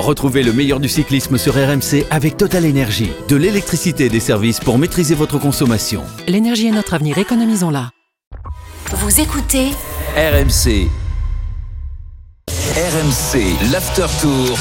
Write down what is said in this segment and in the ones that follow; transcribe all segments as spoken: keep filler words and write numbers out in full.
Retrouvez le meilleur du cyclisme sur R M C avec Total Énergie. De l'électricité et des services pour maîtriser votre consommation. L'énergie est notre avenir, économisons-la. Vous écoutez R M C. R M C, l'After Tour.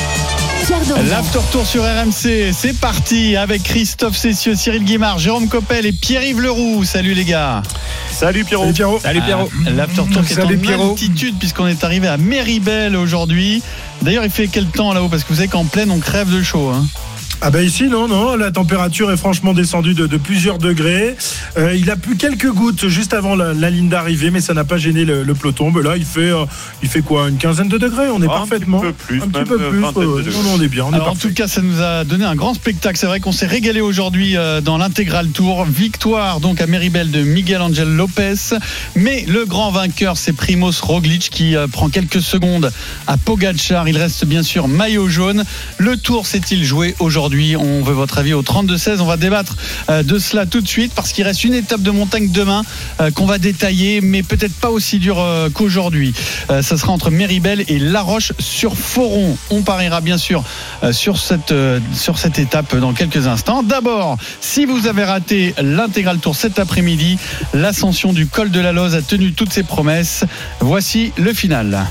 L'After Tour sur R M C, c'est parti avec Christophe Cessieux, Cyril Guimard, Jérôme Coppel et Pierre-Yves Leroux. Salut les gars. Salut Pierrot. Salut Pierrot. Salut Pierrot. Ah, L'After Tour qui est Salut en Pierrot. altitude puisqu'on est arrivé à Méribel aujourd'hui. D'ailleurs, il fait quel temps là-haut? Parce que vous savez qu'en pleine, on crève de chaud. Hein. Ah ben ici non non la température est franchement descendue de, de plusieurs degrés. Euh, il a plu quelques gouttes juste avant la, la ligne d'arrivée, mais ça n'a pas gêné le, le peloton. Ben là il fait euh, il fait quoi, une quinzaine de degrés. On est oh, parfaitement un petit peu plus, un petit peu plus. Ouais, non, non, on est bien. On Alors, est en tout cas, ça nous a donné un grand spectacle. C'est vrai qu'on s'est régalé aujourd'hui euh, dans l'intégral tour. Victoire donc à Méribel de Miguel Angel Lopez. Mais le grand vainqueur, c'est Primoz Roglic qui euh, prend quelques secondes à Pogačar. Il reste bien sûr maillot jaune. Le tour s'est-il joué aujourd'hui? On veut votre avis au trente-deux seize. On va débattre euh, de cela tout de suite parce qu'il reste une étape de montagne demain euh, qu'on va détailler, mais peut-être pas aussi dur euh, qu'aujourd'hui. Euh, ça sera entre Méribel et La Roche-sur-Foron. On pariera bien sûr euh, sur cette euh, sur cette étape dans quelques instants. D'abord, si vous avez raté l'intégral tour cet après-midi, l'ascension du col de la Loze a tenu toutes ses promesses. Voici le final.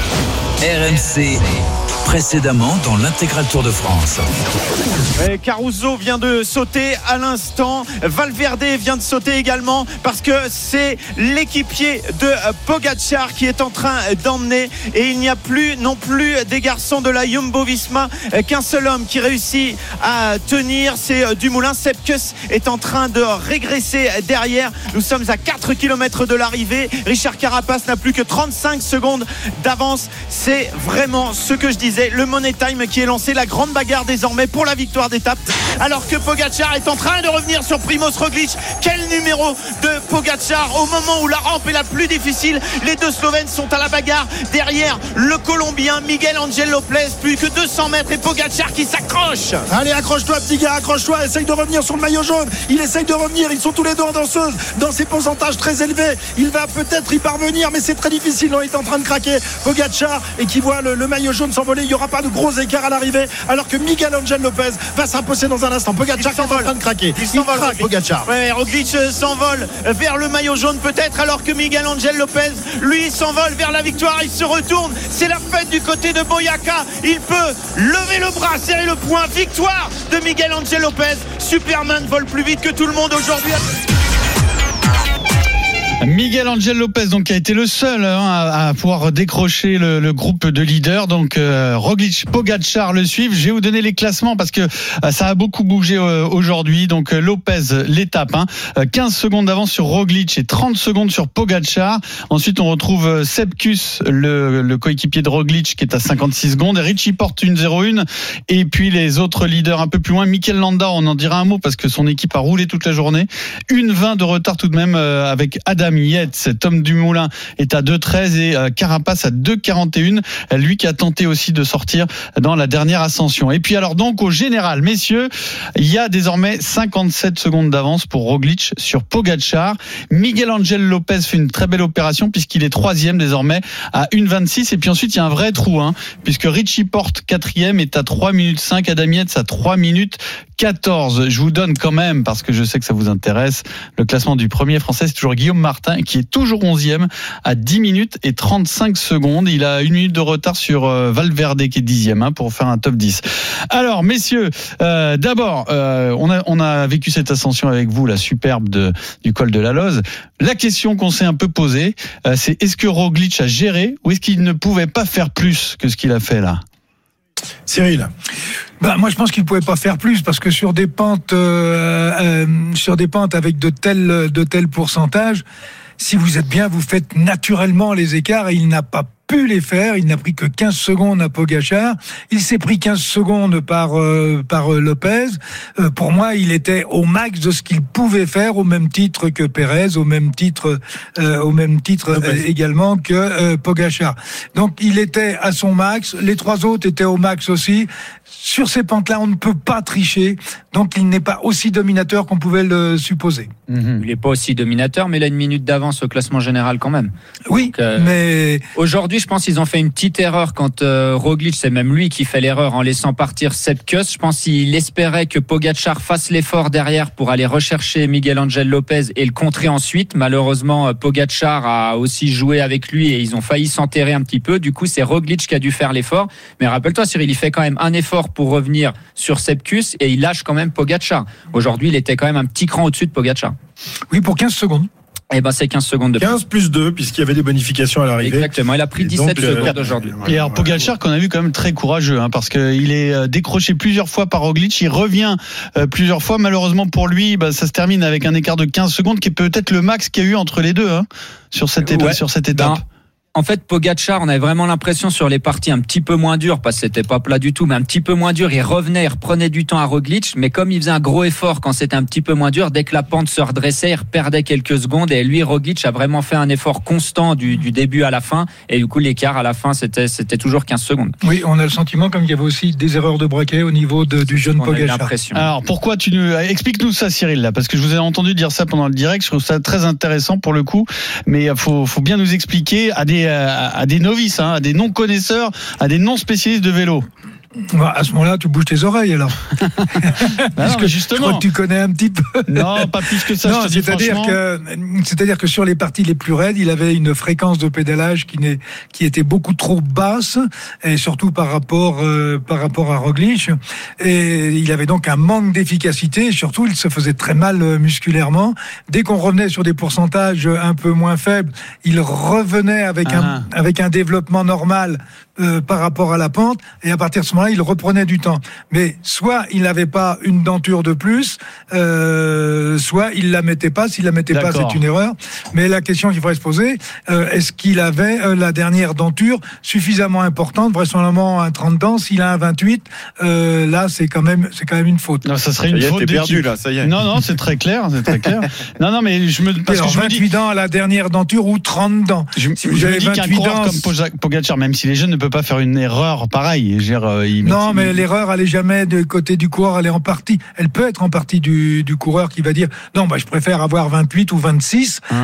R M C, précédemment dans l'intégral Tour de France. Et Caruso vient de sauter à l'instant. Valverde vient de sauter également parce que c'est l'équipier de Pogačar qui est en train d'emmener. Et il n'y a plus non plus des garçons de la Jumbo-Visma qu'un seul homme qui réussit à tenir. C'est Dumoulin. Sepp Kuss est en train de régresser derrière. Nous sommes à quatre kilomètres de l'arrivée. Richard Carapace n'a plus que trente-cinq secondes d'avance. C'est vraiment ce que je disais. Le Money Time qui est lancé. La grande bagarre désormais pour la victoire d'étape, alors que Pogačar est en train de revenir sur Primoz Roglic. Quel numéro de Pogačar au moment où la rampe est la plus difficile. Les deux Slovènes sont à la bagarre derrière le Colombien Miguel Angel Lopez. Plus que deux cents mètres et Pogačar qui s'accroche. Allez, accroche-toi petit gars, accroche-toi, essaye de revenir sur le maillot jaune. Il essaye de revenir, ils sont tous les deux en danseuse dans ces pourcentages très élevés. Il va peut-être y parvenir, mais c'est très difficile. Non, il est en train de craquer, Pogačar, et qui voit le, le maillot jaune s'envoler. Il n'y aura pas de gros écart à l'arrivée, alors que Miguel Angel Lopez va s'imposer dans un instant. Pogačar est en train de craquer. Il s'envole, craque, Pogačar. Ouais, Roglic s'envole vers le maillot jaune peut-être, alors que Miguel Angel Lopez, lui, s'envole vers la victoire. Il se retourne. C'est la fête du côté de Boyaca. Il peut lever le bras, serrer le poing. Victoire de Miguel Angel Lopez. Superman vole plus vite que tout le monde aujourd'hui. Miguel Angel Lopez, donc, qui a été le seul hein, à, à pouvoir décrocher le, le groupe de leaders. Donc euh, Roglic, Pogačar le suivent. Je vais vous donner les classements parce que euh, ça a beaucoup bougé euh, aujourd'hui. Donc euh, Lopez, l'étape, hein, quinze secondes d'avance sur Roglic et trente secondes sur Pogačar. Ensuite, on retrouve euh, Sepp Kuss, le, le coéquipier de Roglic, qui est à cinquante-six secondes. Richie Porte, une zéro un. Et puis les autres leaders un peu plus loin. Mikel Landa, on en dira un mot parce que son équipe a roulé toute la journée. une vingt de retard tout de même euh, avec Adam Yates. Tom Dumoulin est à deux treize et euh, Carapace à deux quarante et un. Lui qui a tenté aussi de sortir dans la dernière ascension. Et puis alors donc au général, messieurs, il y a désormais cinquante-sept secondes d'avance pour Roglic sur Pogačar. Miguel Angel Lopez fait une très belle opération puisqu'il est troisième désormais à une vingt-six. Et puis ensuite il y a un vrai trou, hein, puisque Richie Porte quatrième est à trois minutes cinq, Adam Yates à trois minutes quatorze. Je vous donne quand même, parce que je sais que ça vous intéresse, le classement du premier français. C'est toujours Guillaume Martin qui est toujours onzième à dix minutes et trente-cinq secondes. Il a une minute de retard sur euh, Valverde qui est dixième hein, pour faire un top dix. Alors messieurs, euh, d'abord euh, on, a, on a vécu cette ascension avec vous, la superbe de, du col de la Loze. La question qu'on s'est un peu posée, euh, c'est est-ce que Roglic a géré ou est-ce qu'il ne pouvait pas faire plus que ce qu'il a fait là? Cyril. Bah, moi, je pense qu'il ne pouvait pas faire plus parce que sur des pentes, euh, euh, sur des pentes avec de tels, de tels pourcentages, si vous êtes bien, vous faites naturellement les écarts et il n'a pas pu les faire. Il n'a pris que quinze secondes à Pogačar. Il s'est pris quinze secondes par euh, par euh, Lopez. Euh, pour moi, il était au max de ce qu'il pouvait faire, au même titre que Pérez, au même titre, euh, au même titre euh, également que euh, Pogačar. Donc, il était à son max. Les trois autres étaient au max aussi. Sur ces pentes-là, on ne peut pas tricher. Donc, il n'est pas aussi dominateur qu'on pouvait le supposer. Mmh. Il n'est pas aussi dominateur, mais il a une minute d'avance au classement général quand même. Oui, Donc, euh, mais aujourd'hui, je je pense qu'ils ont fait une petite erreur quand euh, Roglic, c'est même lui qui fait l'erreur en laissant partir Sepp Kuss. Je pense qu'il espérait que Pogačar fasse l'effort derrière pour aller rechercher Miguel Angel Lopez et le contrer ensuite. Malheureusement, Pogačar a aussi joué avec lui et ils ont failli s'enterrer un petit peu. Du coup, c'est Roglic qui a dû faire l'effort. Mais rappelle-toi, Cyril, il fait quand même un effort pour revenir sur Sepp Kuss et il lâche quand même Pogačar. Aujourd'hui, il était quand même un petit cran au-dessus de Pogačar. Oui, pour quinze secondes. Eh ben, c'est quinze secondes de plus. quinze plus deux, puisqu'il y avait des bonifications à l'arrivée. Exactement. Il a pris dix-sept donc, secondes euh, aujourd'hui. Et alors Pogačar qu'on a vu quand même très courageux, hein, parce qu'il est décroché plusieurs fois par Roglic, il revient euh, plusieurs fois. Malheureusement pour lui, bah, ça se termine avec un écart de quinze secondes, qui est peut-être le max qu'il y a eu entre les deux, hein, sur cette étape. Ouais. Sur cette étape. Ben, en fait, Pogačar, on avait vraiment l'impression sur les parties un petit peu moins dures, parce que c'était pas plat du tout, mais un petit peu moins dur, il revenait, il reprenait du temps à Roglic, mais comme il faisait un gros effort quand c'était un petit peu moins dur, dès que la pente se redressait, il perdait quelques secondes, et lui, Roglic a vraiment fait un effort constant du, du début à la fin, et du coup, l'écart à la fin, c'était, c'était toujours quinze secondes. Oui, on a le sentiment comme qu'il y avait aussi des erreurs de braquet au niveau de, du jeune Pogačar. Alors, pourquoi tu nous, explique-nous ça, Cyril, là, parce que je vous ai entendu dire ça pendant le direct, je trouve ça très intéressant pour le coup, mais faut, faut bien nous expliquer à des, à, à des novices, hein, à des non-connaisseurs, à des non-spécialistes de vélo. Bah, à ce moment-là, tu bouges tes oreilles alors. Bah non, mais justement. Je crois que tu connais un petit peu. Non, pas plus que ça. Non, je te dis c'est-à-dire que, c'est-à-dire que sur les parties les plus raides, il avait une fréquence de pédalage qui n'est, qui était beaucoup trop basse, et surtout par rapport, euh, par rapport à Roglic. Et il avait donc un manque d'efficacité. Et surtout, il se faisait très mal musculairement. Dès qu'on revenait sur des pourcentages un peu moins faibles, il revenait avec ah. un, avec un développement normal. Euh, par rapport à la pente, et à partir de ce moment-là, il reprenait du temps. Mais soit il n'avait pas une denture de plus, euh, soit il la mettait pas. S'il la mettait D'accord. pas, c'est une erreur. Mais la question qu'il faudrait se poser, euh, est-ce qu'il avait euh, la dernière denture suffisamment importante, vraisemblablement un trente dents. S'il a un vingt-huit, euh, là, c'est quand même, c'est quand même une faute. Non, ça serait ça une y est, faute. T'es perdu là, ça y est. Non, non, c'est très clair, c'est très clair. Non, non, mais je me, parce alors, que je vingt-huit me dis, dents à la dernière denture ou trente dents. Je, si vous je avez me dis qu'un coureur comme Pogačar, même si les jeunes ne peuvent pas faire une erreur pareille. Dire, il non, met, mais il... l'erreur, elle est jamais du côté du coureur, elle est en partie. Elle peut être en partie du, du coureur qui va dire non, bah, je préfère avoir vingt-huit ou vingt-six. Uh-huh.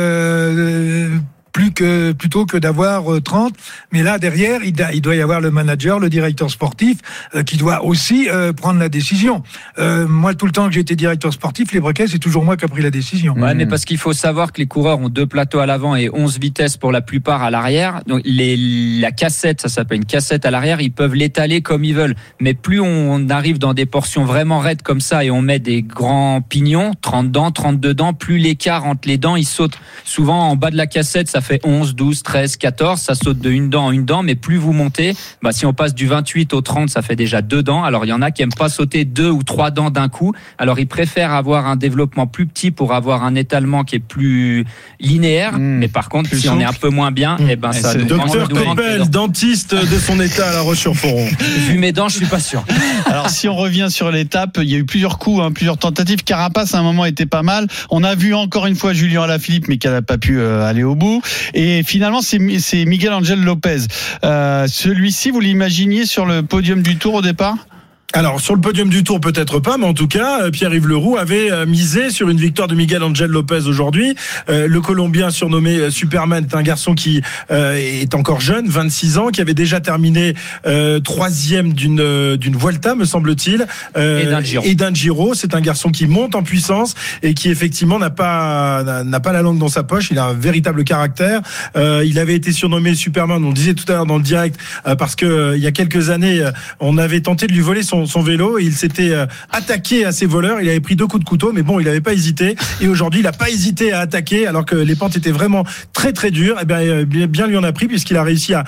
Euh, plus que plutôt que d'avoir trente, mais là derrière il, il doit y avoir le manager, le directeur sportif euh, qui doit aussi euh, prendre la décision. Euh, moi tout le temps que j'ai été directeur sportif, les braquets c'est toujours moi qui ai pris la décision. Ouais, mmh. mais parce qu'il faut savoir que les coureurs ont deux plateaux à l'avant et onze vitesses pour la plupart à l'arrière. Donc les, la cassette, ça s'appelle une cassette à l'arrière, ils peuvent l'étaler comme ils veulent. Mais plus on arrive dans des portions vraiment raides comme ça et on met des grands pignons, trente dents, trente-deux dents, plus l'écart entre les dents il saute. Souvent en bas de la cassette ça fait onze, douze, treize, quatorze, ça saute de une dent en une dent, mais plus vous montez, bah, si on passe du vingt-huit au trente, ça fait déjà deux dents. Alors, il y en a qui aiment pas sauter deux ou trois dents d'un coup. Alors, ils préfèrent avoir un développement plus petit pour avoir un étalement qui est plus linéaire. Mmh. Mais par contre, plus si souple. On est un peu moins bien, mmh. eh ben, ça nous Docteur Coppel, dentiste de son état à La Roche-sur-Foron. Vu mes dents, je suis pas sûr. Alors, si on revient sur l'étape, il y a eu plusieurs coups, hein, plusieurs tentatives. Carapace, à un moment, était pas mal. On a vu encore une fois Julien Alaphilippe, mais qui n'a pas pu euh, aller au bout. Et finalement, c'est, c'est Miguel Angel Lopez. Euh, celui-ci, vous l'imaginiez sur le podium du Tour au départ ? Alors, sur le podium du Tour, peut-être pas, mais en tout cas, Pierre-Yves Leroux avait misé sur une victoire de Miguel Angel Lopez aujourd'hui. Euh, le Colombien surnommé Superman est un garçon qui euh, est encore jeune, vingt-six ans, qui avait déjà terminé euh, troisième d'une, d'une Vuelta, me semble-t-il, euh, et d'un Giro. Et d'un Giro. C'est un garçon qui monte en puissance et qui, effectivement, n'a pas, n'a pas la langue dans sa poche. Il a un véritable caractère. Euh, il avait été surnommé Superman, on le disait tout à l'heure dans le direct, euh, parce que euh, il y a quelques années, on avait tenté de lui voler son son vélo et il s'était euh, attaqué à ses voleurs. Il avait pris deux coups de couteau, mais bon, il n'avait pas hésité. Et aujourd'hui, il n'a pas hésité à attaquer alors que les pentes étaient vraiment très très dures. Et bien, euh, bien lui en a pris puisqu'il a réussi à,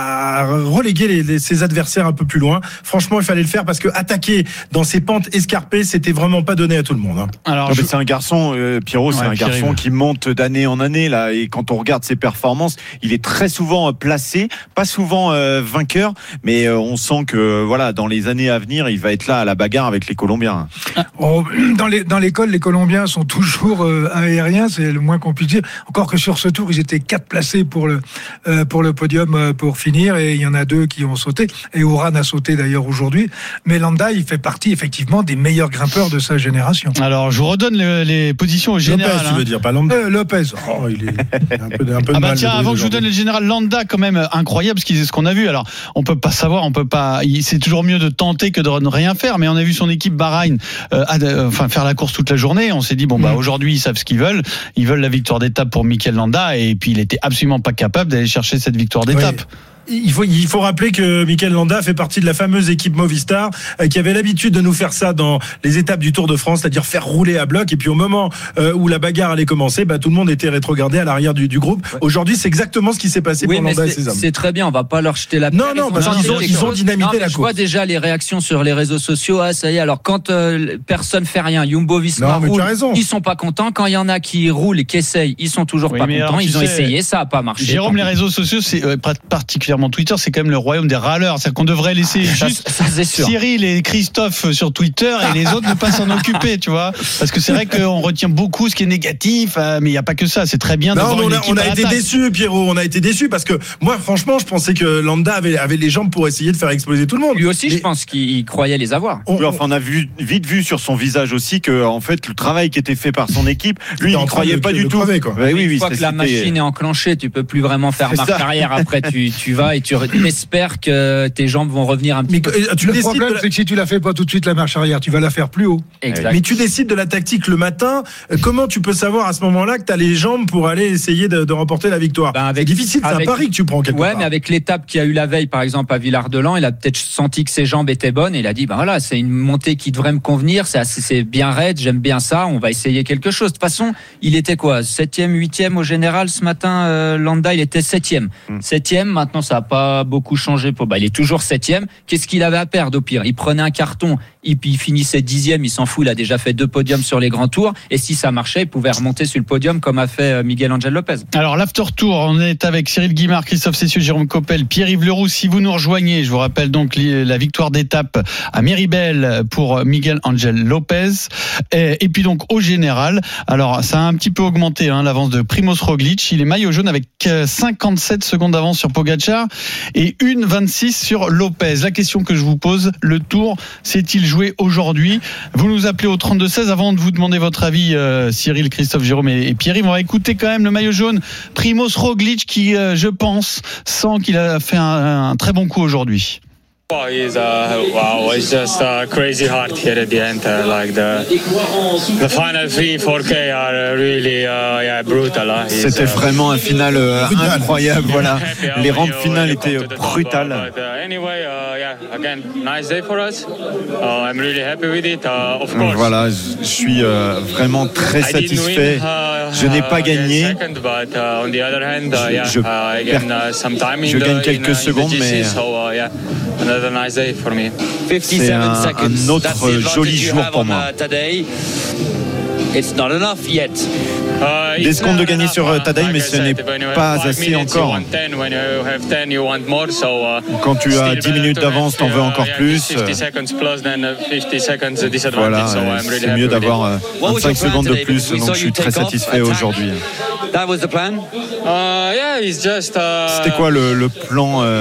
à reléguer les, les, ses adversaires un peu plus loin. Franchement, il fallait le faire parce que attaquer dans ces pentes escarpées, c'était vraiment pas donné à tout le monde. Hein. Alors, non, je... c'est un garçon, euh, Pierrot, c'est ouais, un garçon Pierre. qui monte d'année en année là. Et quand on regarde ses performances, il est très souvent placé, pas souvent euh, vainqueur, mais euh, on sent que voilà, dans les années à venir, finir, il va être là à la bagarre avec les Colombiens. Oh, dans, les, dans l'école, les Colombiens sont toujours euh, aériens, c'est le moins qu'on puisse dire. Encore que sur ce tour, ils étaient quatre placés pour le, euh, pour le podium euh, pour finir, et il y en a deux qui ont sauté. Et Oran a sauté d'ailleurs aujourd'hui. Mais Landa, il fait partie effectivement des meilleurs grimpeurs de sa génération. Alors, je vous redonne le, les positions au général. Lopez, hein. tu veux dire, pas Landa. Euh, Lopez. Oh, il est un peu, un peu Ah bah mal tiens, avant que je vous donne le général Landa, quand même incroyable, ce ce qu'on a vu. Alors, on peut pas savoir, on peut pas. C'est toujours mieux de tenter que de ne rien faire. Mais on a vu son équipe Bahreïn, euh, euh, enfin faire la course toute la journée. On s'est dit bon bah aujourd'hui ils savent ce qu'ils veulent. Ils veulent la victoire d'étape pour Mikel Landa, et puis il était absolument pas capable d'aller chercher cette victoire d'étape. Oui. Il faut, il faut rappeler que Mikel Landa fait partie de la fameuse équipe Movistar euh, qui avait l'habitude de nous faire ça dans les étapes du Tour de France, c'est-à-dire faire rouler à bloc. Et puis au moment euh, où la bagarre allait commencer, bah, tout le monde était rétrogradé à l'arrière du, du groupe. Ouais. Aujourd'hui, c'est exactement ce qui s'est passé oui, pour Landa et ses hommes. C'est très bien, on va pas leur jeter la pierre. Non, non, parce qu'ils ont, ils ont dynamité non, la course. Je vois déjà les réactions sur les réseaux sociaux. Ah, ça y est, alors quand euh, personne fait rien, Jumbo Visma roule, ils sont pas contents. Quand il y en a qui roulent et qui essayent, ils sont toujours oui, pas contents. Alors, ils ont sais, essayé, ça a pas marché. Jérôme, les réseaux sociaux, c'est euh, particulièrement Twitter, c'est quand même le royaume des râleurs. C'est-à-dire qu'on devrait laisser ça, juste ça, ça, Cyril et Christophe sur Twitter et les autres ne pas s'en occuper, tu vois. Parce que c'est vrai qu'on retient beaucoup ce qui est négatif, mais il n'y a pas que ça. C'est très bien de non, voir on une a, équipe on a à été déçus, Pierrot. On a été déçus parce que moi, franchement, je pensais que Landa avait, avait les jambes pour essayer de faire exploser tout le monde. Lui aussi, mais je pense qu'il croyait les avoir. On, oui, enfin, on a vu, vite vu sur son visage aussi que, en fait, le travail qui était fait par son équipe, lui, il n'y croyait pas du tout. Crever, quoi. Ouais, oui, une oui, fois que la machine est enclenchée, tu peux plus vraiment faire marche arrière. Après, tu, tu vas et tu espères que tes jambes vont revenir un petit mais, peu. Tu le problème, la... c'est que si tu la fais pas tout de suite la marche arrière, tu vas la faire plus haut. Exact. Mais tu décides de la tactique le matin. Comment tu peux savoir à ce moment-là que tu as les jambes pour aller essayer de, de remporter la victoire? ben avec, C'est difficile, c'est avec, un pari que tu prends quelque ouais, part. mais avec l'étape qu'il y a eu la veille, par exemple à Villard-de-Lans, il a peut-être senti que ses jambes étaient bonnes et il a dit, ben voilà, c'est une montée qui devrait me convenir, c'est, assez, c'est bien raide, j'aime bien ça, on va essayer quelque chose. De toute façon, il était quoi, septième, huitième au général ce matin, euh, Landa, il était septième. Hmm. Septième, maintenant ça n'a pas beaucoup changé. Pour, bah, il est toujours septième. Qu'est-ce qu'il avait à perdre au pire? Il prenait un carton, et puis il finissait dixième, il s'en fout, il a déjà fait deux podiums sur les grands tours, et si ça marchait, il pouvait remonter sur le podium comme a fait Miguel Angel Lopez. Alors l'after tour, on est avec Cyril Guimard, Christophe Cessieux, Jérôme Coppel, Pierre-Yves Leroux. Si vous nous rejoignez, je vous rappelle donc la victoire d'étape à Méribel pour Miguel Angel Lopez, et, et puis donc au général, alors ça a un petit peu augmenté hein, l'avance de Primoz Roglic, il est maillot jaune avec cinquante-sept secondes d'avance sur Pogačar et une vingt-six sur Lopez. La question que je vous pose, le tour s'est-il joué aujourd'hui? Vous nous appelez au trente-deux seize. Avant de vous demander votre avis, euh, Cyril, Christophe, Jérôme et, et Pierre-Yves, on va écouter quand même le maillot jaune Primoz Roglic qui, euh, je pense, sent qu'il a fait un, un très bon coup aujourd'hui. Wow, it's, uh, wow, it's just uh, crazy hard here at the end. Uh, like the the final three, four K are really uh, yeah, brutal. Uh. C'était vraiment un final euh, incroyable. Voilà, les rampes finales étaient brutales. Voilà, je suis euh, vraiment très satisfait. Je n'ai pas gagné. Je, je, perds, je gagne quelques secondes, mais c'est un, un autre joli jour pour moi. Des secondes de gagner sur Tadej, mais ce n'est pas assez encore. Quand tu as dix minutes d'avance, t'en veux encore plus. Voilà, c'est mieux d'avoir vingt-cinq secondes de plus, donc je suis très satisfait aujourd'hui. C'était quoi le, le plan euh...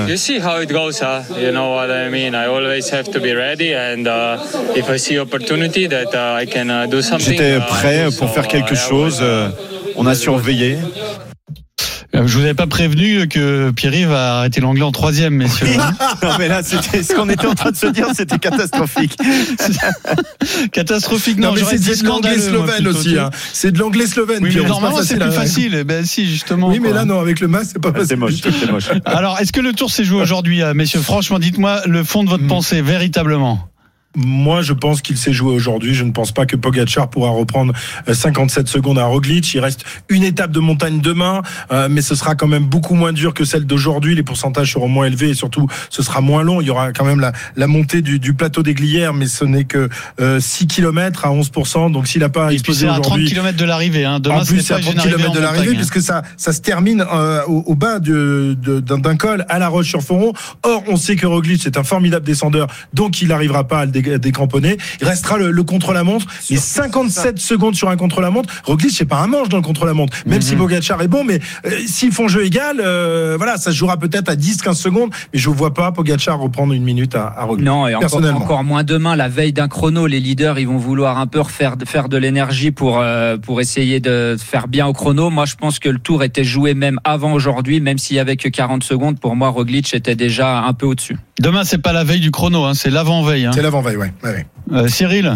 J'étais prêt pour faire quelque chose. On a surveillé. Je vous avais pas prévenu que Pierre-Yves va arrêter l'anglais en troisième, messieurs. Non, mais là, c'était ce qu'on était en train de se dire, c'était catastrophique. Catastrophique, non, non mais c'est, c'est de l'anglais slovène aussi. Hein. C'est de l'anglais slovène. Oui, mais Pierre, normalement, c'est, c'est plus facile. Ben si, justement. Oui, mais quoi. là, non, avec le masque, c'est pas facile. C'est moche, c'est moche. Alors, est-ce que le tour s'est joué aujourd'hui, messieurs? Franchement, dites-moi le fond de votre mmh. pensée, véritablement. moi, je pense qu'il s'est joué aujourd'hui. Je ne pense pas que Pogačar pourra reprendre cinquante-sept secondes à Roglic. Il reste une étape de montagne demain, euh, mais ce sera quand même beaucoup moins dur que celle d'aujourd'hui. Les pourcentages seront moins élevés et surtout, ce sera moins long. Il y aura quand même la, la montée du, du plateau des Glières, mais ce n'est que euh, six kilomètres à onze pour cent. Donc, s'il n'a pas explosé aujourd'hui... c'est à trente kilomètres de l'arrivée. Hein. Demain, en plus, c'est à trente kilomètres de l'arrivée, puisque ça, ça se termine euh, au, au bas de, de, d'un, d'un col à La Roche-sur-Foron. Or, on sait que Roglic est un formidable descendeur, donc il n'arrivera pas à le dé- décramponner. Il restera le, le contre-la-montre. Mais cinquante-sept secondes sur un contre-la-montre, Roglic, c'est pas un manche dans le contre-la-montre. Même mm-hmm. si Pogačar est bon, mais euh, s'ils font jeu égal, euh, voilà, ça se jouera peut-être à dix quinze secondes, mais je ne vois pas Pogačar reprendre une minute à, à Roglic. Non, et encore, encore moins demain, la veille d'un chrono, les leaders, ils vont vouloir un peu refaire, faire de l'énergie pour, euh, pour essayer de faire bien au chrono. Moi, je pense que le tour était joué même avant aujourd'hui, même s'il y avait que quarante secondes. Pour moi, Roglic était déjà un peu au-dessus. Demain, c'est pas la veille du chrono, hein, c'est l'avant-veille. Hein. C'est l'avant-veille, ouais. ouais, ouais. Euh, Cyril.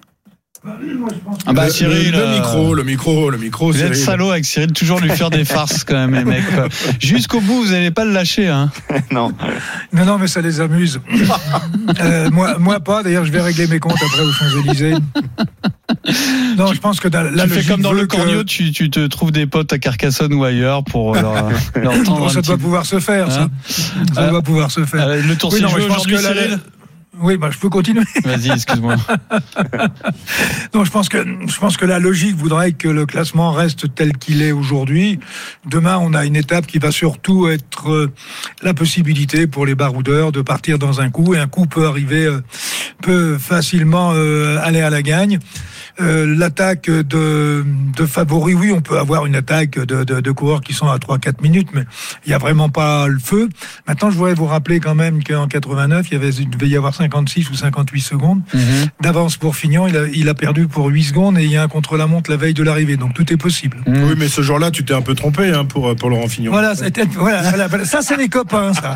Ah bah le, Cyril, le, le micro, le micro, le micro. Vous êtes salaud avec Cyril, toujours lui faire des farces quand même, les mecs. Quoi. Jusqu'au bout, vous n'allez pas le lâcher, hein. Non. Non, non, mais ça les amuse. euh, moi, moi pas. D'ailleurs, je vais régler mes comptes après aux Champs-Élysées. Non, je pense que dans, la tu fais comme dans le Cornio, que... tu, tu te trouves des potes à Carcassonne ou ailleurs pour leur, leur tendre. Bon, ça doit petit... pouvoir se faire, ça. Hein ça euh, doit pouvoir se faire. Euh, le tour oui, s'est non, joué je pense aujourd'hui, que Cyril. La... Oui, bah, je peux continuer. Vas-y, excuse-moi. Non, je pense que, je pense que la logique voudrait que le classement reste tel qu'il est aujourd'hui. Demain, on a une étape qui va surtout être euh, la possibilité pour les baroudeurs de partir dans un coup, et un coup peut arriver, euh, peut facilement euh, aller à la gagne. Euh, l'attaque de, de favoris, oui, on peut avoir une attaque de, de, de coureurs qui sont à trois quatre minutes, mais il n'y a vraiment pas le feu. Maintenant, je voudrais vous rappeler quand même qu'en quatre-vingt-neuf, il, y avait, il devait y avoir cinquante-six ou cinquante-huit secondes mm-hmm. d'avance pour Fignon. Il a, il a perdu pour huit secondes et il y a un contre-la-montre la veille de l'arrivée. Donc tout est possible. Mmh. Oui, mais ce jour-là, tu t'es un peu trompé hein, pour, pour Laurent Fignon. Voilà, voilà, voilà, ça c'est les copains, ça.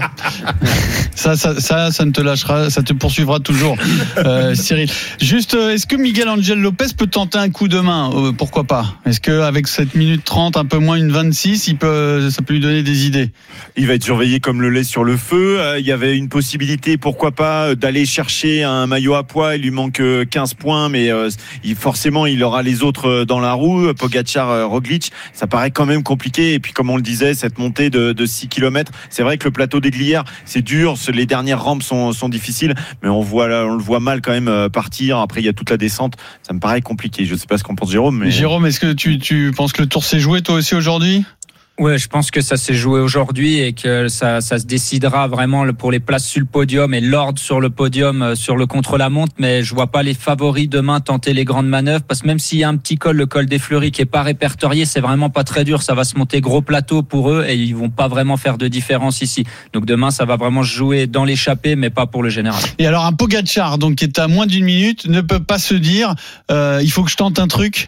ça, ça, ça, ça ne te lâchera, ça te poursuivra toujours, euh, Cyril. Juste, est-ce que Miguel Angel Lopez peut tenter un coup de main, euh, pourquoi pas? Est-ce qu'avec sept minutes trente, un peu moins une vingt-six, il peut, ça peut lui donner des idées? Il va être surveillé comme le lait sur le feu. Euh, il y avait une possibilité, pourquoi pas, d'aller chercher un maillot à poids. Il lui manque quinze points, mais euh, il, forcément, il aura les autres dans la roue. Pogačar, euh, Roglic, ça paraît quand même compliqué. Et puis, comme on le disait, cette montée de, de six kilomètres, c'est vrai que le plateau des Glières, c'est dur. Les dernières rampes sont, sont difficiles, mais on, voit, on le voit mal quand même partir. Après, il y a toute la descente. Ça me paraît compliqué. Je ne sais pas ce qu'en pense Jérôme. Mais... Jérôme, est-ce que tu, tu penses que le tour s'est joué toi aussi aujourd'hui ? Ouais, je pense que ça s'est joué aujourd'hui et que ça, ça se décidera vraiment pour les places sur le podium et l'ordre sur le podium sur le contre-la-montre. Mais je vois pas les favoris demain tenter les grandes manœuvres, parce que même s'il y a un petit col, le col des Fleuries qui est pas répertorié, c'est vraiment pas très dur. Ça va se monter gros plateau pour eux et ils vont pas vraiment faire de différence ici. Donc demain, ça va vraiment se jouer dans l'échappée, mais pas pour le général. Et alors un Pogačar, donc qui est à moins d'une minute, ne peut pas se dire, euh, il faut que je tente un truc.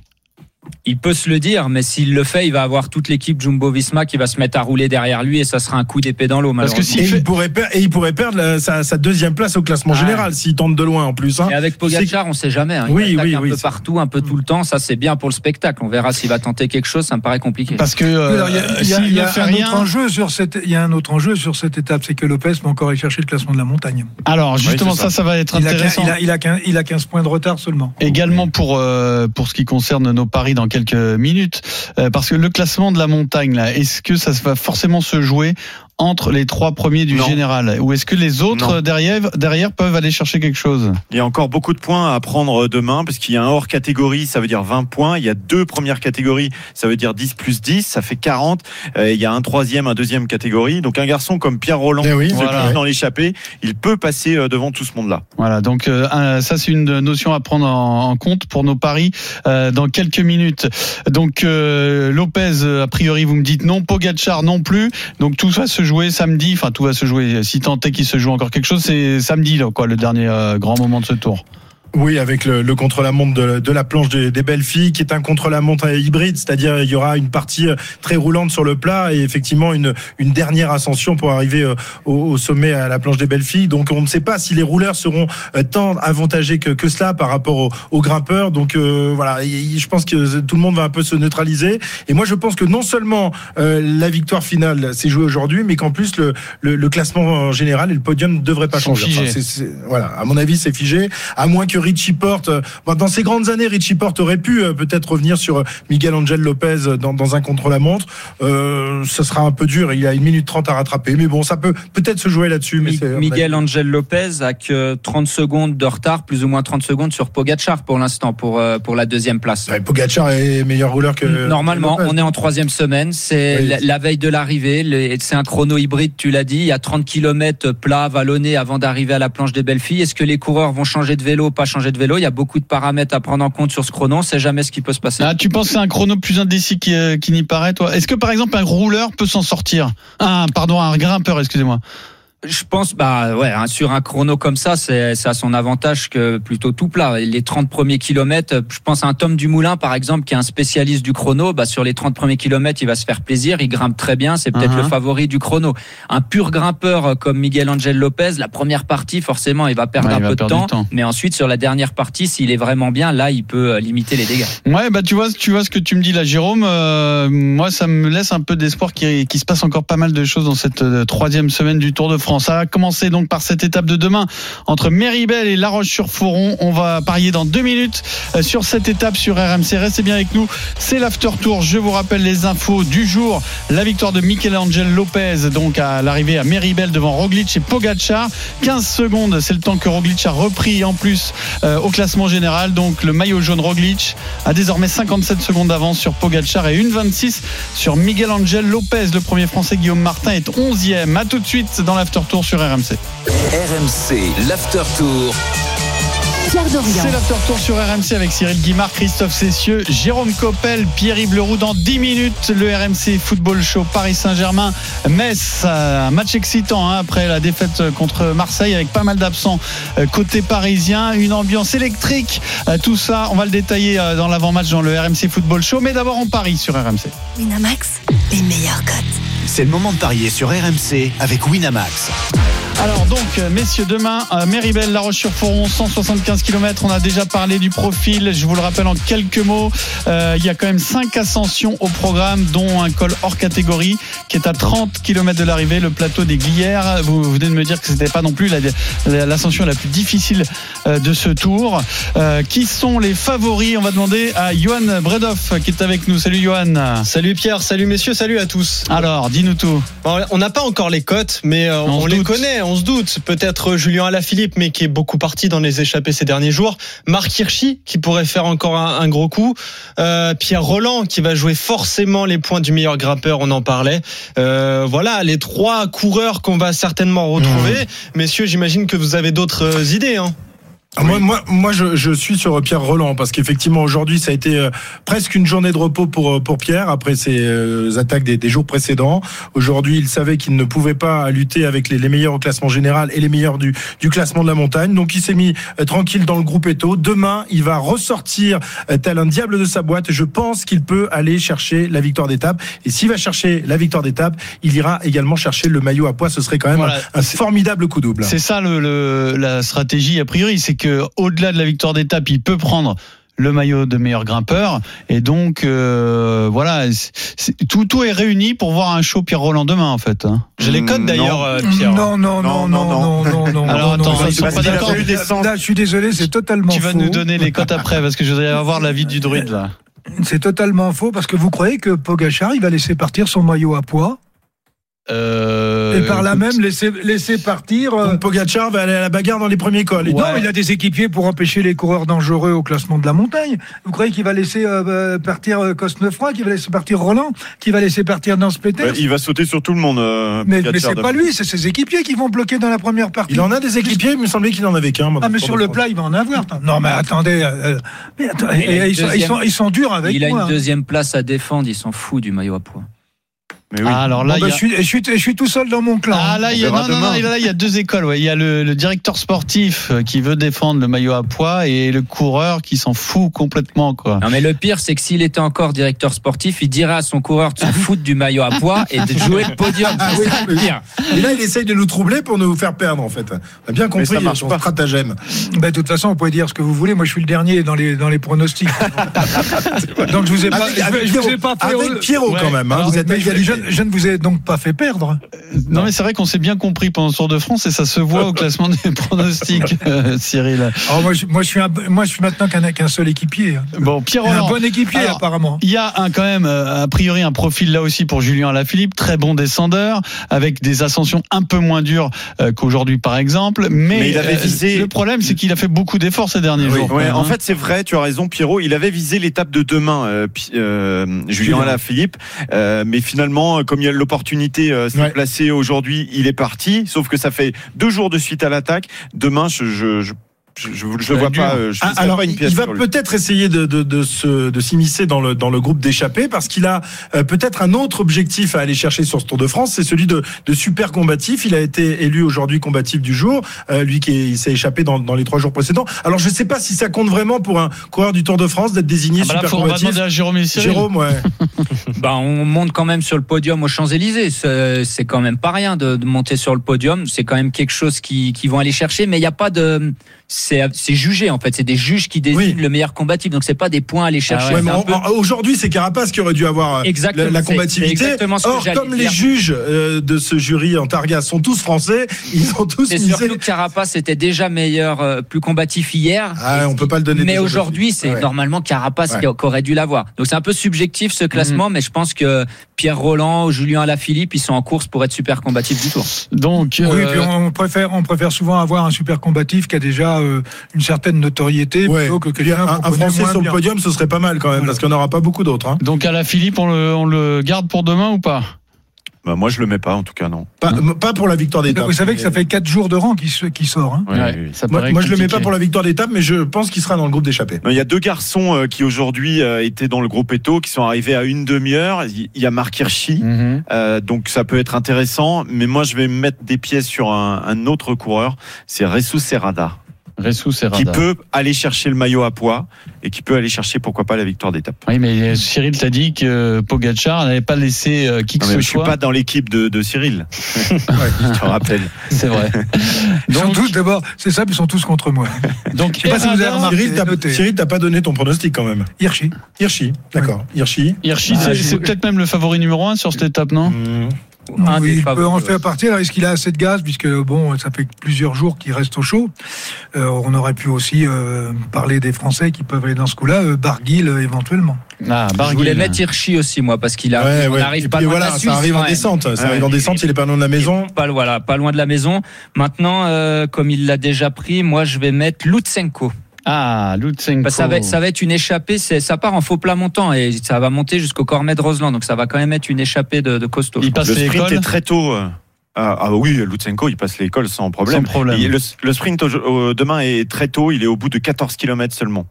Il peut se le dire, mais s'il le fait, il va avoir toute l'équipe Jumbo-Visma qui va se mettre à rouler derrière lui et ça sera un coup d'épée dans l'eau. Parce que s'il et, fait... il pourrait per... et il pourrait perdre la, sa, sa deuxième place au classement ah. général s'il tente de loin en plus. Hein. Et avec Pogačar, on sait jamais. Hein. Il oui, oui, un oui, peu c'est... partout, un peu tout le temps. Ça, c'est bien pour le spectacle. On verra s'il va tenter quelque chose. Ça me paraît compliqué. Parce que euh, alors, il y a, il y a, il y a un rien... autre enjeu sur cette, il y a un autre enjeu sur cette étape, c'est que Lopez peut encore aller chercher le classement de la montagne. Alors justement, oui, ça. ça, ça va être il intéressant. A, il, a, il, a, il a quinze points de retard seulement. Également pour euh, pour ce qui concerne nos paris dans quelques minutes. Euh, parce que le classement de la montagne, là, est-ce que ça va forcément se jouer entre les trois premiers du non. général, ou est-ce que les autres derrière, derrière peuvent aller chercher quelque chose? Il y a encore beaucoup de points à prendre demain, parce qu'il y a un hors catégorie, ça veut dire vingt points. Il y a deux premières catégories, ça veut dire dix plus dix, ça fait quarante. Euh, il y a un troisième, un deuxième catégorie. Donc un garçon comme Pierre Roland, eh oui, qui voilà. dans l'échappée, il peut passer devant tout ce monde-là. Voilà, donc euh, ça c'est une notion à prendre en, en compte pour nos paris euh, dans quelques minutes. Donc euh, Lopez, a priori, vous me dites non, Pogačar non plus. Donc tout va se jouer samedi, enfin tout va se jouer, si tant est qu'il se joue encore quelque chose, c'est samedi là, quoi, le dernier euh, grand moment de ce tour. Oui, avec le, le contre-la-montre de, de la planche des, des belles filles, qui est un contre-la-montre hybride, c'est-à-dire il y aura une partie très roulante sur le plat et effectivement une, une dernière ascension pour arriver au, au sommet à la planche des belles filles. Donc on ne sait pas si les rouleurs seront tant avantagés que, que cela par rapport aux, aux grimpeurs. Donc euh, voilà, je pense que tout le monde va un peu se neutraliser. Et moi je pense que non seulement euh, la victoire finale s'est jouée aujourd'hui, mais qu'en plus le, le, le classement général et le podium ne devraient pas changer. Enfin, c'est, c'est, voilà, à mon avis c'est figé, à moins que Richie Porte, dans ses grandes années, Richie Porte aurait pu peut-être revenir sur Miguel Angel Lopez dans, dans un contre-la-montre. Euh, ça sera un peu dur. Il y a une minute trente à rattraper, mais bon, ça peut peut-être se jouer là-dessus. Mais c'est, Miguel Angel Lopez a que trente secondes de retard, plus ou moins trente secondes sur Pogačar pour l'instant, pour pour la deuxième place. Ouais, Pogačar est meilleur rouleur que normalement. Lopez. On est en troisième semaine. C'est oui. la, la veille de l'arrivée. Le, c'est un chrono hybride, tu l'as dit. Il y a trente kilomètres plat, vallonné avant d'arriver à la planche des belles filles. Est-ce que les coureurs vont changer de vélo, pas changer de vélo? Il y a beaucoup de paramètres à prendre en compte sur ce chrono. On sait jamais ce qui peut se passer. Ah, tu penses que c'est un chrono plus indécis qui, euh, qui n'y paraît, toi? Est-ce que par exemple un rouleur peut s'en sortir? Ah, pardon, un grimpeur, excusez-moi. Je pense, bah ouais, hein, sur un chrono comme ça, c'est, c'est à son avantage que plutôt tout plat. Les trente premiers kilomètres, je pense à un Tom Dumoulin, par exemple, qui est un spécialiste du chrono. Bah, sur les trente premiers kilomètres, il va se faire plaisir, il grimpe très bien, c'est peut-être uh-huh. le favori du chrono. Un pur grimpeur comme Miguel Angel Lopez, la première partie, forcément, il va perdre ouais, un peu de temps, temps. Mais ensuite, sur la dernière partie, s'il est vraiment bien, là, il peut limiter les dégâts. Ouais, bah, tu vois, tu vois ce que tu me dis là, Jérôme. Euh, moi, ça me laisse un peu d'espoir qu'il, qu'il se passe encore pas mal de choses dans cette euh, troisième semaine du Tour de France. Ça a commencé donc par cette étape de demain entre Méribel et La Roche-sur-Foron. On va parier dans deux minutes sur cette étape sur R M C. Restez bien avec nous. C'est l'After Tour. Je vous rappelle les infos du jour. La victoire de Miguel Angel Lopez, donc à l'arrivée à Méribel devant Roglic et Pogačar. quinze secondes, c'est le temps que Roglic a repris en plus euh, au classement général. Donc le maillot jaune Roglic a désormais cinquante-sept secondes d'avance sur Pogačar et une vingt-six sur Miguel Angel Lopez. Le premier français Guillaume Martin est onzième. À tout de suite dans l'After Tour sur R M C. R M C, l'After Tour. Pierre Dorian. C'est l'After Tour sur R M C avec Cyril Guimard, Christophe Cessieux, Jérôme Coppel, Pierre-Yves Leroux. Dans dix minutes, le R M C Football Show Paris Saint-Germain Metz. Un match excitant hein, après la défaite contre Marseille avec pas mal d'absents côté parisien. Une ambiance électrique. Tout ça, on va le détailler dans l'avant-match dans le R M C Football Show. Mais d'abord, on parie sur R M C. Winamax, les meilleurs cotes. C'est le moment de parier sur R M C avec Winamax. Alors donc, messieurs, demain, euh, Méribel, La Roche-sur-Foron, cent soixante-quinze kilomètres. On a déjà parlé du profil. Je vous le rappelle en quelques mots. Euh, il y a quand même cinq ascensions au programme, dont un col hors catégorie qui est à trente kilomètres de l'arrivée, le plateau des Glières. Vous, vous venez de me dire que c'était pas non plus la, la, l'ascension la plus difficile euh, de ce tour. Euh, qui sont les favoris? On va demander à Johan Bredoff qui est avec nous. Salut Johan. Salut Pierre, salut messieurs, salut à tous. Alors, dis-nous tout. Bon, on n'a pas encore les cotes, mais euh, on, on les connaît. On se doute, peut-être Julien Alaphilippe, mais qui est beaucoup parti dans les échappées ces derniers jours. Marc Hirschi, qui pourrait faire encore un, un gros coup. Euh, Pierre Roland, qui va jouer forcément les points du meilleur grimpeur, on en parlait. Euh, voilà, les trois coureurs qu'on va certainement retrouver. Mmh. Messieurs, j'imagine que vous avez d'autres idées, hein. Oui. Moi, moi, moi, je, je suis sur Pierre Roland parce qu'effectivement aujourd'hui, ça a été euh, presque une journée de repos pour pour Pierre après ses euh, attaques des, des jours précédents. Aujourd'hui, il savait qu'il ne pouvait pas lutter avec les, les meilleurs au classement général et les meilleurs du du classement de la montagne. Donc, il s'est mis euh, tranquille dans le groupe Eto. Demain, il va ressortir euh, tel un diable de sa boîte. Je pense qu'il peut aller chercher la victoire d'étape. Et s'il va chercher la victoire d'étape, il ira également chercher le maillot à pois. Ce serait quand même voilà, un, un formidable coup double. C'est ça le, le la stratégie a priori, c'est que au-delà de la victoire d'étape, il peut prendre le maillot de meilleur grimpeur et donc euh, voilà c'est, tout, tout est réuni pour voir un show Pierre Roland demain en fait. J'ai les codes d'ailleurs euh, Pierre. Non non non non non non non. Alors attends, ils sont pas d'accord. Là, je suis désolé, c'est totalement faux. Tu vas nous donner les cotes après parce que je voudrais avoir l'avis du druide là. C'est totalement faux parce que vous croyez que Pogačar il va laisser partir son maillot à pois? Euh, et par là même laisser, laisser partir euh... Pogačar va aller à la bagarre dans les premiers cols. Ouais. Non, il a des équipiers pour empêcher les coureurs dangereux au classement de la montagne. Vous croyez qu'il va laisser euh, partir euh, Cosnefroy, qu'il va laisser partir Roland, qu'il va laisser partir Nance Peters? Ouais, il va sauter sur tout le monde. Euh, mais, mais c'est pas lui, c'est ses équipiers qui vont bloquer dans la première partie. Il en a des équipiers, il me semblait qu'il en avait qu'un. Ah mais sur le plat, il va en avoir. Non mais attendez, euh, mais attends, et, et, ils, sont, ils, sont, ils sont durs avec il moi. Il a une hein. deuxième place à défendre, il s'en fout du maillot à pois. Mais oui. Ah, alors là, bon, bah, a... je, suis, je, suis, je suis tout seul dans mon clan. Ah là, il y a, non, non, non, là, il y a deux écoles. Ouais. Il y a le, le directeur sportif qui veut défendre le maillot à pois et le coureur qui s'en fout complètement, quoi. Non, mais le pire, c'est que s'il était encore directeur sportif, il dirait à son coureur de se foutre du maillot à pois et de jouer le podium. Ah, oui, oui. Et là, il essaye de nous troubler pour nous faire perdre, en fait. On a bien compris son stratagème. Bah, de toute façon, vous pouvez dire ce que vous voulez. Moi, je suis le dernier dans les, dans les pronostics. Donc, je vous ai pas, avec, avec, je vous ai pas fait avec Pierrot, ouais. quand même. Hein, alors, vous êtes mais je, je, je ne vous ai donc pas fait perdre. Non, mais c'est vrai qu'on s'est bien compris pendant le Tour de France et ça se voit au classement des pronostics, euh, Cyril. Alors moi, je, moi, je suis un, moi, je suis maintenant qu'un, qu'un seul équipier. Bon, Pierre Rolland, un bon équipier alors, apparemment. Il y a un, quand même, a priori, un profil là aussi pour Julien Alaphilippe, très bon descendeur, avec des ascensions un peu moins dures euh, qu'aujourd'hui, par exemple. Mais, mais il avait visé. Euh, le problème, c'est qu'il a fait beaucoup d'efforts ces derniers oui, jours. Ouais, hein. En fait, c'est vrai, tu as raison, Pierrot. Il avait visé l'étape de demain, euh, euh, Julien Alaphilippe, euh, mais finalement, comme il y a l'opportunité euh, s'est ouais. placée aujourd'hui, il est parti. Sauf que ça fait deux jours de suite à l'attaque. Demain, je, je, je Je, je, je vois dur. pas. Je ah, alors, pas une pièce il va peut-être essayer de, de, de, se, de s'immiscer dans le, dans le groupe d'échappés parce qu'il a euh, peut-être un autre objectif à aller chercher sur ce Tour de France, c'est celui de, de super combatif. Il a été élu aujourd'hui combatif du jour, euh, lui qui est, il s'est échappé dans, dans les trois jours précédents. Alors, je ne sais pas si ça compte vraiment pour un coureur du Tour de France d'être désigné ah bah super là, faut, combatif. On va demander à Jérôme et Cyril. Jérôme, ouais. bah, on monte quand même sur le podium aux Champs-Élysées. C'est, c'est quand même pas rien de, de monter sur le podium. C'est quand même quelque chose qui, qui vont aller chercher, mais il n'y a pas de. C'est, c'est jugé en fait, c'est des juges qui désignent oui. le meilleur combatif, donc c'est pas des points à aller chercher. Ah ouais, on, peu... Aujourd'hui, c'est Carapace qui aurait dû avoir la, la combativité. C'est, c'est Or, comme les juges euh, de ce jury en Targa sont tous français, ils ont tous. C'est misé... surtout que Carapace était déjà meilleur, euh, plus combatif hier. Ah, on peut pas le donner. Mais aujourd'hui, c'est ouais. normalement Carapace ouais. qui, qui aurait dû l'avoir. Donc c'est un peu subjectif ce classement, mmh. mais je pense que Pierre Rolland, Julien Alaphilippe, ils sont en course pour être super combatifs du Tour. Donc euh... oui, puis on préfère, on préfère souvent avoir un super combatif qui a déjà euh, une certaine notoriété ouais. plutôt que quelqu'un un, un Français sur bien. Le podium, ce serait pas mal quand même, voilà. parce qu'il n'y en aura pas beaucoup d'autres. Hein. Donc Alaphilippe, on le, on le garde pour demain ou pas? Bah moi je le mets pas en tout cas non. Pas, mmh. pas pour la victoire d'étape. Vous savez que ça fait quatre jours de rang qui, qui sort. Hein. Ouais, ouais, oui. ça moi, moi je le mets pas pour la victoire d'étape, mais je pense qu'il sera dans le groupe d'échappés. Il y a deux garçons qui aujourd'hui étaient dans le groupe Eto, qui sont arrivés à une demi-heure. Il y a Marc Hirschi, mmh. euh, donc ça peut être intéressant. Mais moi je vais mettre des pièces sur un, un autre coureur, c'est Ressou Serrada. Ressou Serrada. Qui peut aller chercher le maillot à pois et qui peut aller chercher pourquoi pas la victoire d'étape. Oui, mais Cyril t'a dit que Pogačar n'avait pas laissé euh, qui que non, ce mais soit. Je suis pas dans l'équipe de, de Cyril. ouais, je te rappelle. C'est vrai. Ils sont tous d'abord, c'est ça, ils sont tous contre moi. Donc, je sais pas si vous avez remarqué. Cyril, t'as, Cyril, t'as pas donné ton pronostic quand même. Hirschi. Hirschi, d'accord. Hirschi. Hirschi, ah, c'est, c'est peut-être même le favori numéro un sur cette étape, non? mmh. Non, oui, il peut en faire partie. Alors, est-ce qu'il a assez de gaz, puisque bon, ça fait plusieurs jours qu'il reste au chaud. Euh, on aurait pu aussi euh, parler des Français qui peuvent aller dans ce coup-là, euh, Barguil euh, éventuellement. Ah, Barguil. Je voulais mettre Hirschi aussi, moi, parce qu'il a, ouais, on ouais. arrive pas loin voilà, de la Suisse. Ça arrive en descente. Ça ouais. arrive en descente. Il est pas loin de la maison. Pas voilà, pas loin de la maison. Maintenant, euh, comme il l'a déjà pris, moi, je vais mettre Lutsenko. Ah, Lutsenko. Bah, ça va, ça va être une échappée. C'est, ça part en faux plat montant et ça va monter jusqu'au Cormet de Roseland. Donc ça va quand même être une échappée de, de costaud. Il passe le sprint l'école. Est très tôt. Ah, ah oui, Lutsenko, il passe l'école sans problème. Sans problème. Il, le, le sprint au, au, demain est très tôt. Il est au bout de quatorze kilomètres seulement.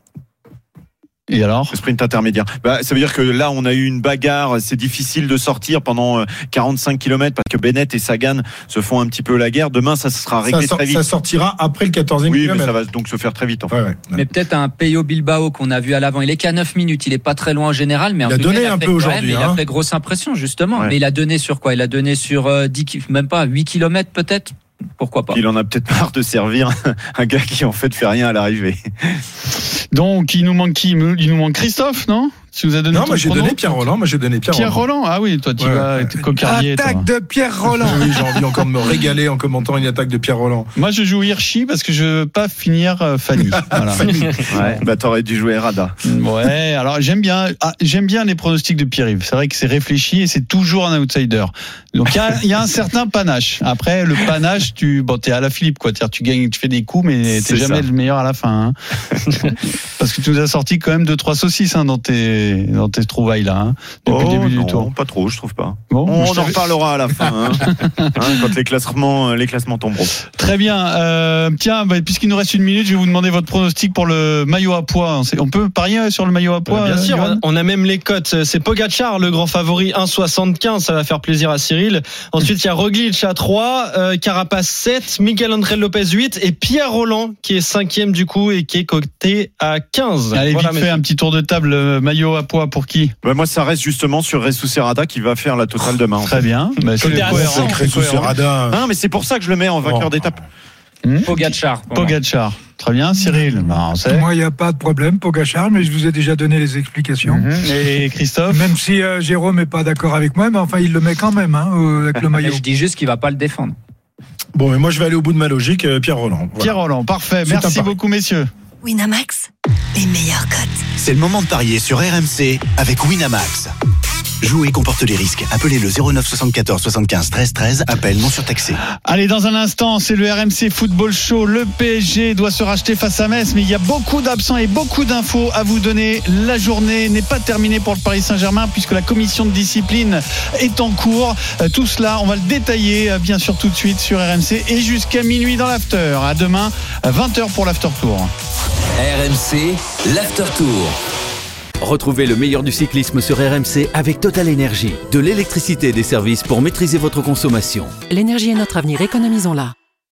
Et alors? Le sprint intermédiaire. Bah, ça veut dire que là, on a eu une bagarre. C'est difficile de sortir pendant quarante-cinq kilomètres parce que Bennett et Sagan se font un petit peu la guerre. Demain, ça sera réglé ça sort, très vite. Ça sortira après le quatorzième oui, kilomètre. Oui, mais ça va donc se faire très vite. En fait. Ouais, ouais. Mais peut-être un Peyo Bilbao qu'on a vu à l'avant. Il est qu'à neuf minutes. Il est pas très loin en général, mais en il a tout donné cas, il a un fait, peu aujourd'hui. Même, hein. Il a fait grosse impression justement. Ouais. Mais il a donné sur quoi? Il a donné sur euh, dix, même pas huit kilomètres peut-être. Pourquoi pas? Il en a peut-être marre de servir un gars qui en fait fait rien à l'arrivée. Donc il nous manque qui? Il nous manque Christophe, non? Si vous avez donné non, moi j'ai donné Pierre Rolland. Moi j'ai donné Pierre, Pierre Rolland. Ah oui, toi tu ouais, vas être cocardier. Attaque toi. de Pierre Rolland. Oui, j'ai envie encore de me régaler en commentant une attaque de Pierre Rolland. Moi je joue Hirschi parce que je veux pas finir euh, Fanny. Voilà. Fanny. Ouais. Bah t'aurais dû jouer Rada. Ouais. Alors j'aime bien, ah, j'aime bien les pronostics de Pierre-Yves. C'est vrai que c'est réfléchi et c'est toujours un outsider. Donc il y a, y a un certain panache. Après le panache, tu, bon t'es à la Philippe quoi. Tu gagnes, tu fais des coups, mais t'es c'est jamais ça. Le meilleur à la fin. Hein. Parce que tu nous as sorti quand même deux trois saucisses hein, dans tes tes, dans tes trouvailles-là, hein, depuis oh, le début non, du tour. Pas trop, je trouve pas. Bon, on je en reparlera à la fin, hein, hein, quand les classements, les classements tomberont. Très bien. Euh, tiens, bah, puisqu'il nous reste une minute, je vais vous demander votre pronostic pour le maillot à pois. On peut parier sur le maillot à pois? Bien euh, sûr, Johan on a même les cotes. C'est Pogacar, le grand favori, un virgule soixante-quinze. Ça va faire plaisir à Cyril. Ensuite, il y a Roglic à trois, euh, Carapaz sept, Miguel André Lopez huit et Pierre Rolland qui est cinquième du coup et qui est coté à quinze. Allez, voilà, vite fait, un petit tour de table. euh, Maillot à pois pour qui? Bah, moi, ça reste justement sur Ressus Serrata qui va faire la totale demain. Très bien. Bah, c'est Côté à cohérent, cent, c'est Ressus cohérent. Serrata. Ah, mais c'est pour ça que je le mets en vainqueur Bon. d'étape. Hmm Pogacar. pour moi. Pogacar. Très bien. Cyril, bah, on sait. Moi, il n'y a pas de problème, Pogacar, mais je vous ai déjà donné les explications. Mhm. Et Christophe? Même si euh, Jérôme n'est pas d'accord avec moi, mais enfin, il le met quand même hein, euh, avec le Mais maillot. je dis juste qu'il va pas le défendre. Bon, mais moi, je vais aller au bout de ma logique, euh, Pierre Rolland. Voilà. Pierre Rolland. Parfait. C'est un Merci pari. beaucoup, messieurs. Winamax, les meilleures cotes. C'est le moment de parier sur R M C avec Winamax. Jouer comporte les risques. Appelez le zéro neuf soixante-quatorze soixante-quinze treize treize. Appel non surtaxé. Allez, dans un instant, c'est le R M C Football Show. Le P S G doit se racheter face à Metz, mais il y a beaucoup d'absents et beaucoup d'infos à vous donner. La journée n'est pas terminée pour le Paris Saint-Germain puisque la commission de discipline est en cours. Euh, Tout cela, on va le détailler euh, bien sûr tout de suite sur R M C et jusqu'à minuit dans l'after. À demain, à vingt heures pour l'after tour. R M C, l'After Tour. Retrouvez le meilleur du cyclisme sur R M C avec Total Énergie. De l'électricité et des services pour maîtriser votre consommation. L'énergie est notre avenir, économisons-la.